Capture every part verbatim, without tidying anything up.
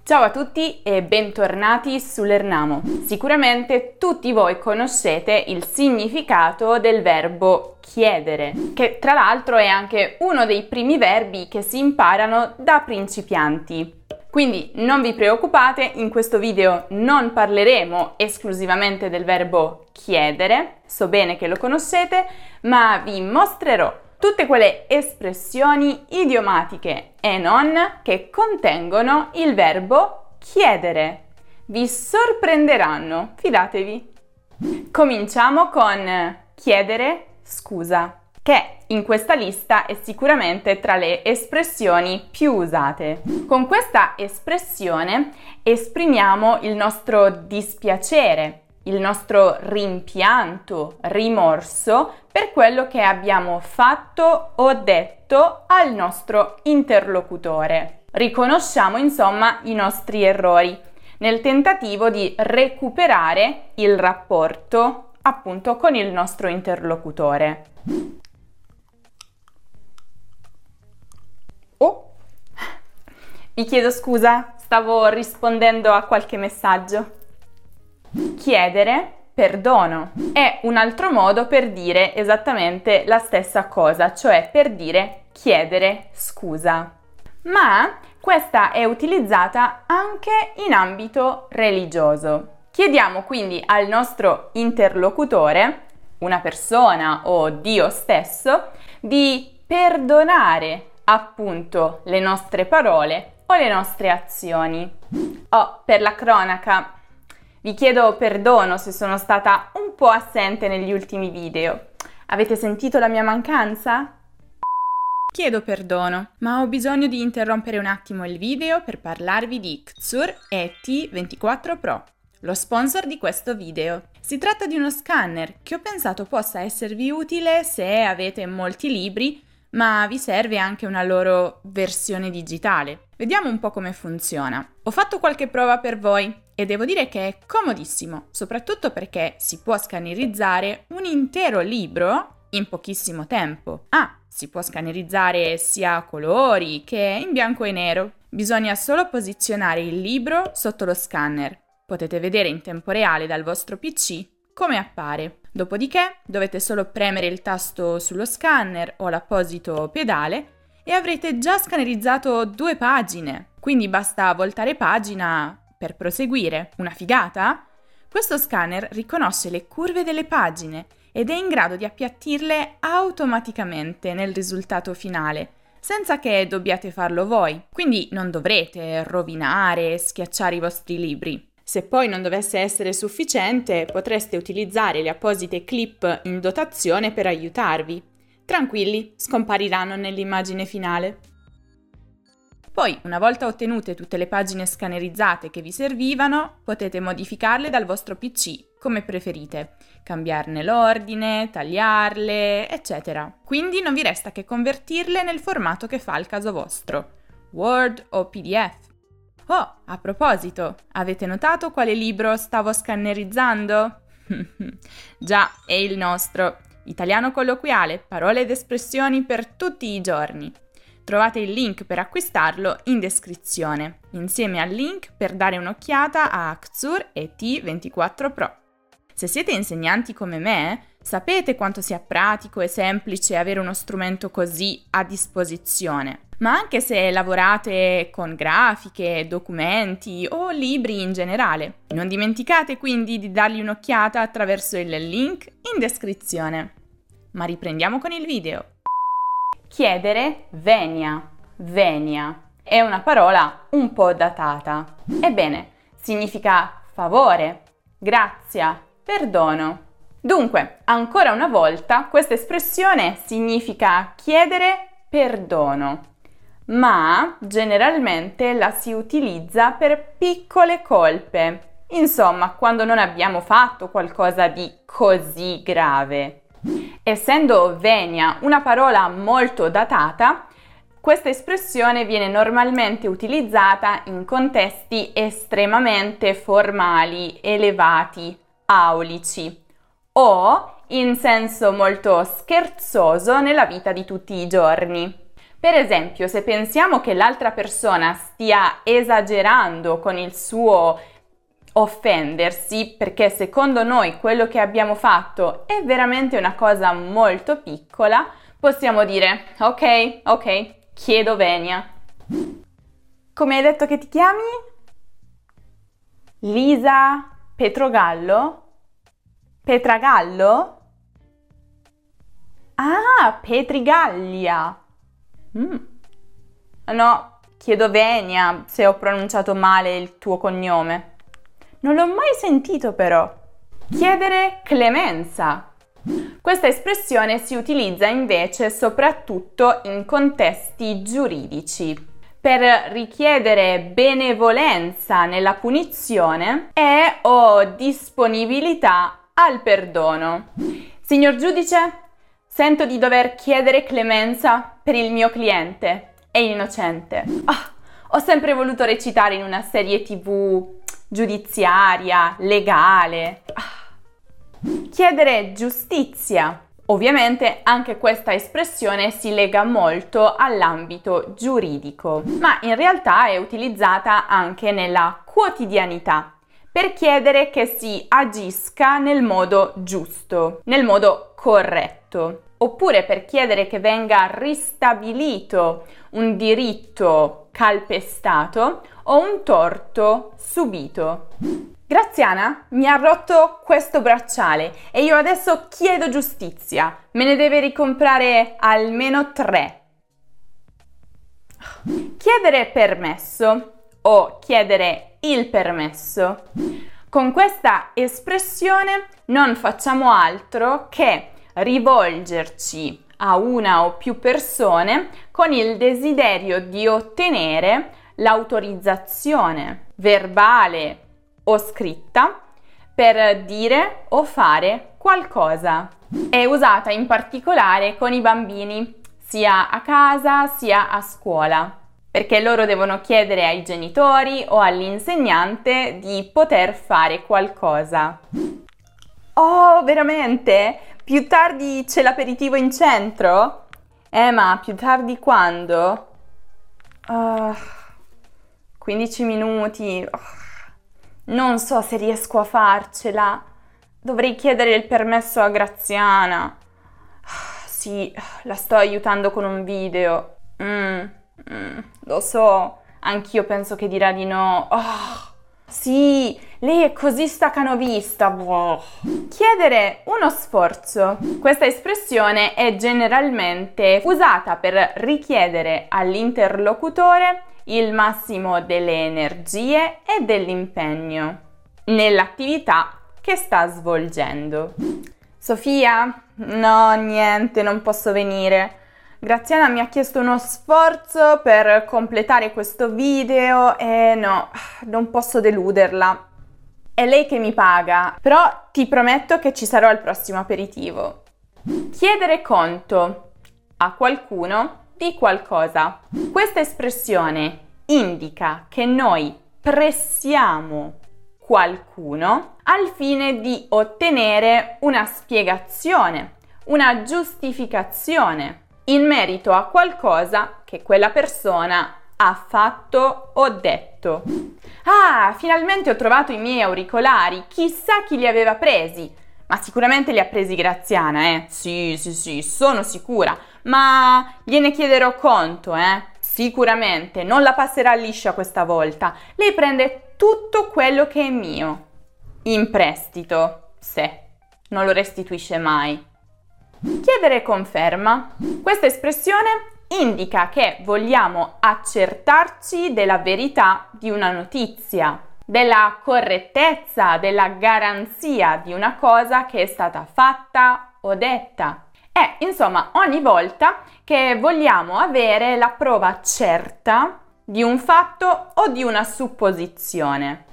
Ciao a tutti e bentornati su Lernamo. Sicuramente tutti voi conoscete il significato del verbo chiedere, che tra l'altro è anche uno dei primi verbi che si imparano da principianti. Quindi non vi preoccupate, in questo video non parleremo esclusivamente del verbo chiedere, so bene che lo conoscete, ma vi mostrerò tutte quelle espressioni idiomatiche e non che contengono il verbo chiedere. Vi sorprenderanno, fidatevi. Cominciamo con chiedere scusa, che in questa lista è sicuramente tra le espressioni più usate. Con questa espressione esprimiamo il nostro dispiacere, il nostro rimpianto, rimorso per quello che abbiamo fatto o detto al nostro interlocutore. Riconosciamo insomma i nostri errori nel tentativo di recuperare il rapporto appunto con il nostro interlocutore. Oh, vi chiedo scusa, stavo rispondendo a qualche messaggio. Chiedere perdono è un altro modo per dire esattamente la stessa cosa, cioè per dire chiedere scusa. Ma questa è utilizzata anche in ambito religioso. Chiediamo quindi al nostro interlocutore, una persona o Dio stesso, di perdonare appunto le nostre parole o le nostre azioni. Oh, per la cronaca, vi chiedo perdono se sono stata un po' assente negli ultimi video. Avete sentito la mia mancanza? Chiedo perdono, ma ho bisogno di interrompere un attimo il video per parlarvi di Xur E T ventiquattro Pro, lo sponsor di questo video. Si tratta di uno scanner che ho pensato possa esservi utile se avete molti libri, ma vi serve anche una loro versione digitale. Vediamo un po' come funziona. Ho fatto qualche prova per voi e devo dire che è comodissimo, soprattutto perché si può scannerizzare un intero libro in pochissimo tempo. Ah, si può scannerizzare sia a colori che in bianco e nero. Bisogna solo posizionare il libro sotto lo scanner. Potete vedere in tempo reale dal vostro P C come appare. Dopodiché dovete solo premere il tasto sullo scanner o l'apposito pedale e avrete già scannerizzato due pagine. Quindi basta voltare pagina per proseguire. Una figata? Questo scanner riconosce le curve delle pagine ed è in grado di appiattirle automaticamente nel risultato finale, senza che dobbiate farlo voi. Quindi non dovrete rovinare e schiacciare i vostri libri. Se poi non dovesse essere sufficiente, potreste utilizzare le apposite clip in dotazione per aiutarvi. Tranquilli, scompariranno nell'immagine finale. Poi, una volta ottenute tutte le pagine scannerizzate che vi servivano, potete modificarle dal vostro P C come preferite, cambiarne l'ordine, tagliarle, eccetera. Quindi non vi resta che convertirle nel formato che fa al caso vostro, Word o P D F. Oh, a proposito, avete notato quale libro stavo scannerizzando? Già, è il nostro, Italiano colloquiale, parole ed espressioni per tutti i giorni. Trovate il link per acquistarlo in descrizione, insieme al link per dare un'occhiata a Xur E T ventiquattro Pro. Se siete insegnanti come me, sapete quanto sia pratico e semplice avere uno strumento così a disposizione. Ma anche se lavorate con grafiche, documenti o libri in generale, non dimenticate quindi di dargli un'occhiata attraverso il link in descrizione. Ma riprendiamo con il video. Chiedere venia, venia, è una parola un po' datata. Ebbene, significa favore, grazia, perdono. Dunque, ancora una volta, questa espressione significa chiedere perdono, ma generalmente la si utilizza per piccole colpe. Insomma, quando non abbiamo fatto qualcosa di così grave. Essendo venia una parola molto datata, questa espressione viene normalmente utilizzata in contesti estremamente formali, elevati, aulici o in senso molto scherzoso nella vita di tutti i giorni. Per esempio, se pensiamo che l'altra persona stia esagerando con il suo offendersi, perché secondo noi quello che abbiamo fatto è veramente una cosa molto piccola, possiamo dire ok, ok, chiedo venia. Come hai detto che ti chiami? Lisa Petrogallo? Petragallo? Ah, Petrigallia. Mm. No, chiedo venia se ho pronunciato male il tuo cognome. Non l'ho mai sentito però. Chiedere clemenza. Questa espressione si utilizza invece soprattutto in contesti giuridici per richiedere benevolenza nella punizione e o disponibilità al perdono. Signor giudice, sento di dover chiedere clemenza per il mio cliente. È innocente. Oh, ho sempre voluto recitare in una serie tivù giudiziaria, legale. Chiedere giustizia. Ovviamente anche questa espressione si lega molto all'ambito giuridico, ma in realtà è utilizzata anche nella quotidianità per chiedere che si agisca nel modo giusto, nel modo corretto, oppure per chiedere che venga ristabilito un diritto calpestato o un torto subito. Graziana mi ha rotto questo bracciale e io adesso chiedo giustizia. Me ne deve ricomprare almeno tre. Chiedere permesso o chiedere il permesso. Con questa espressione non facciamo altro che rivolgerci a una o più persone con il desiderio di ottenere l'autorizzazione verbale o scritta per dire o fare qualcosa. È usata in particolare con i bambini, sia a casa sia a scuola, perché loro devono chiedere ai genitori o all'insegnante di poter fare qualcosa. Oh, veramente? Più tardi c'è l'aperitivo in centro? Eh, ma più tardi quando? Uh, quindici minuti. Oh. Non so se riesco a farcela. Dovrei chiedere il permesso a Graziana. Sì, la sto aiutando con un video. Mm, mm, lo so, anch'io penso che dirà di no. Oh, sì, lei è così staccanovista. Boh. Chiedere uno sforzo. Questa espressione è generalmente usata per richiedere all'interlocutore il massimo delle energie e dell'impegno nell'attività che sta svolgendo. Sofia? No, niente, non posso venire. Graziana mi ha chiesto uno sforzo per completare questo video e no, non posso deluderla. È lei che mi paga, però ti prometto che ci sarò al prossimo aperitivo. Chiedere conto a qualcuno di qualcosa. Questa espressione indica che noi pressiamo qualcuno al fine di ottenere una spiegazione, una giustificazione in merito a qualcosa che quella persona ha fatto o detto. Ah, finalmente ho trovato i miei auricolari, chissà chi li aveva presi. Ma sicuramente li ha presi Graziana, eh? Sì, sì, sì, sono sicura. Ma gliene chiederò conto, eh? Sicuramente, non la passerà liscia questa volta. Lei prende tutto quello che è mio. In prestito, se non lo restituisce mai. Chiedere conferma. Questa espressione indica che vogliamo accertarci della verità di una notizia, della correttezza, della garanzia di una cosa che è stata fatta o detta. È, insomma, ogni volta che vogliamo avere la prova certa di un fatto o di una supposizione.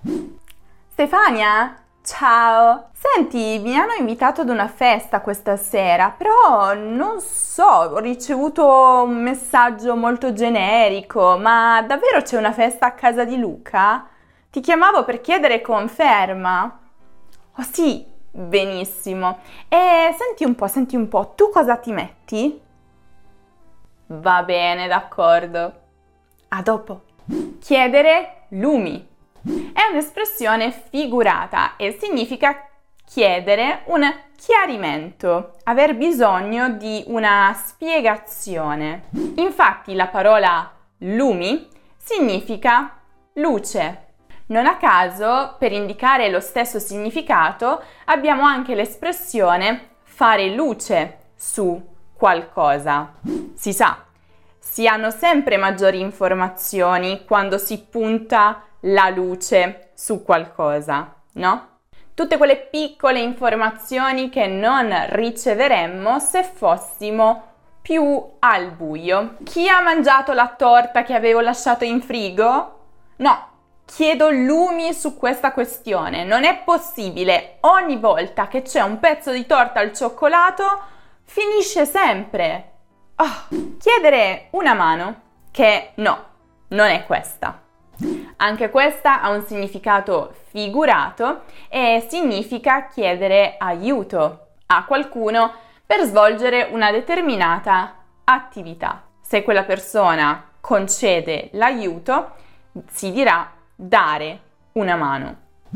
Stefania? Ciao! Senti, mi hanno invitato ad una festa questa sera, però non so, ho ricevuto un messaggio molto generico, ma davvero c'è una festa a casa di Luca? Ti chiamavo per chiedere conferma. Oh sì, benissimo. E senti un po', senti un po', tu cosa ti metti? Va bene, d'accordo. A dopo. Chiedere lumi. È un'espressione figurata e significa chiedere un chiarimento, aver bisogno di una spiegazione. Infatti la parola lumi significa luce. Non a caso, per indicare lo stesso significato, abbiamo anche l'espressione fare luce su qualcosa. Si sa, si hanno sempre maggiori informazioni quando si punta la luce su qualcosa, no? Tutte quelle piccole informazioni che non riceveremmo se fossimo più al buio. Chi ha mangiato la torta che avevo lasciato in frigo? No, chiedo lumi su questa questione. Non è possibile. Ogni volta che c'è un pezzo di torta al cioccolato, finisce sempre. Oh, chiedere una mano, che no, non è questa. Anche questa ha un significato figurato e significa chiedere aiuto a qualcuno per svolgere una determinata attività. Se quella persona concede l'aiuto, si dirà dare una mano.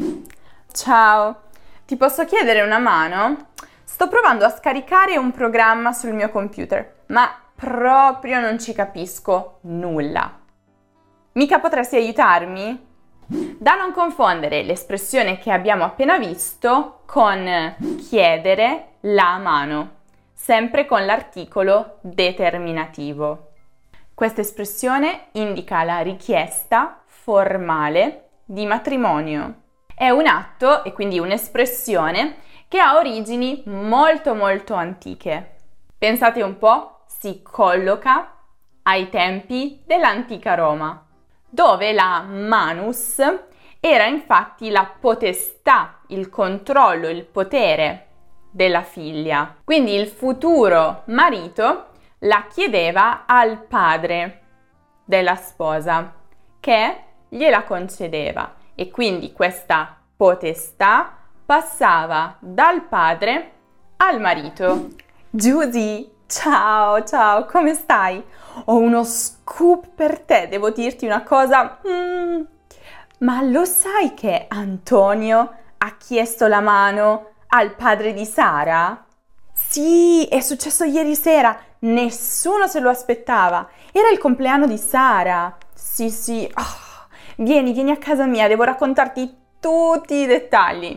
Ciao, ti posso chiedere una mano? Sto provando a scaricare un programma sul mio computer, ma proprio non ci capisco nulla. Mica potresti aiutarmi? Da non confondere l'espressione che abbiamo appena visto con chiedere la mano, sempre con l'articolo determinativo. Questa espressione indica la richiesta formale di matrimonio. È un atto e quindi un'espressione che ha origini molto molto antiche. Pensate un po', si colloca ai tempi dell'antica Roma, dove la manus era infatti la potestà, il controllo, il potere della figlia. Quindi il futuro marito la chiedeva al padre della sposa, che gliela concedeva, e quindi questa potestà passava dal padre al marito. Giusy, ciao, ciao, come stai? Ho uno scoop per te, devo dirti una cosa. Mm, ma lo sai che Antonio ha chiesto la mano al padre di Sara? Sì, è successo ieri sera, nessuno se lo aspettava. Era il compleanno di Sara. Sì, sì. Oh, vieni, vieni a casa mia, devo raccontarti tutti i dettagli.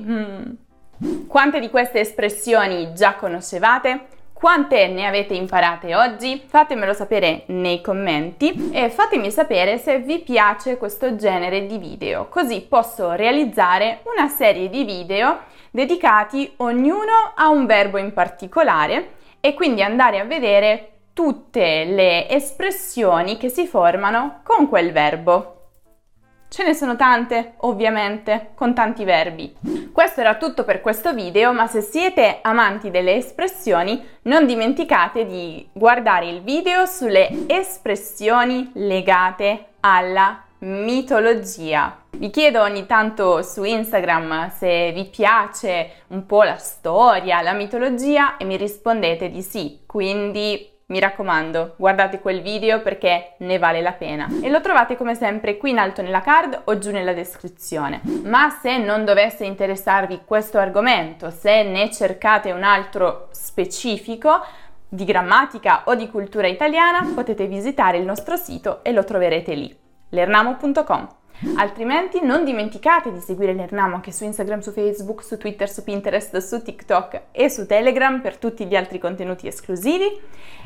Mm. Quante di queste espressioni già conoscevate? Quante ne avete imparate oggi? Fatemelo sapere nei commenti e fatemi sapere se vi piace questo genere di video, così posso realizzare una serie di video dedicati ognuno a un verbo in particolare e quindi andare a vedere tutte le espressioni che si formano con quel verbo. Ce ne sono tante, ovviamente, con tanti verbi. Questo era tutto per questo video, ma se siete amanti delle espressioni, non dimenticate di guardare il video sulle espressioni legate alla mitologia. Vi chiedo ogni tanto su Instagram se vi piace un po' la storia, la mitologia, e mi rispondete di sì, quindi mi raccomando, guardate quel video perché ne vale la pena. E lo trovate come sempre qui in alto nella card o giù nella descrizione. Ma se non dovesse interessarvi questo argomento, se ne cercate un altro specifico di grammatica o di cultura italiana, potete visitare il nostro sito e lo troverete lì, lernamo punto com. Altrimenti non dimenticate di seguire Lernamo anche su Instagram, su Facebook, su Twitter, su Pinterest, su TikTok e su Telegram per tutti gli altri contenuti esclusivi,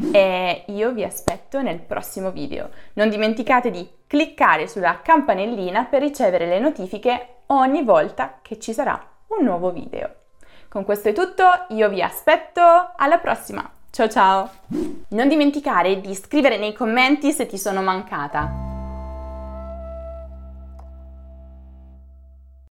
e io vi aspetto nel prossimo video. Non dimenticate di cliccare sulla campanellina per ricevere le notifiche ogni volta che ci sarà un nuovo video. Con questo è tutto, io vi aspetto alla prossima. Ciao ciao! Non dimenticare di scrivere nei commenti se ti sono mancata.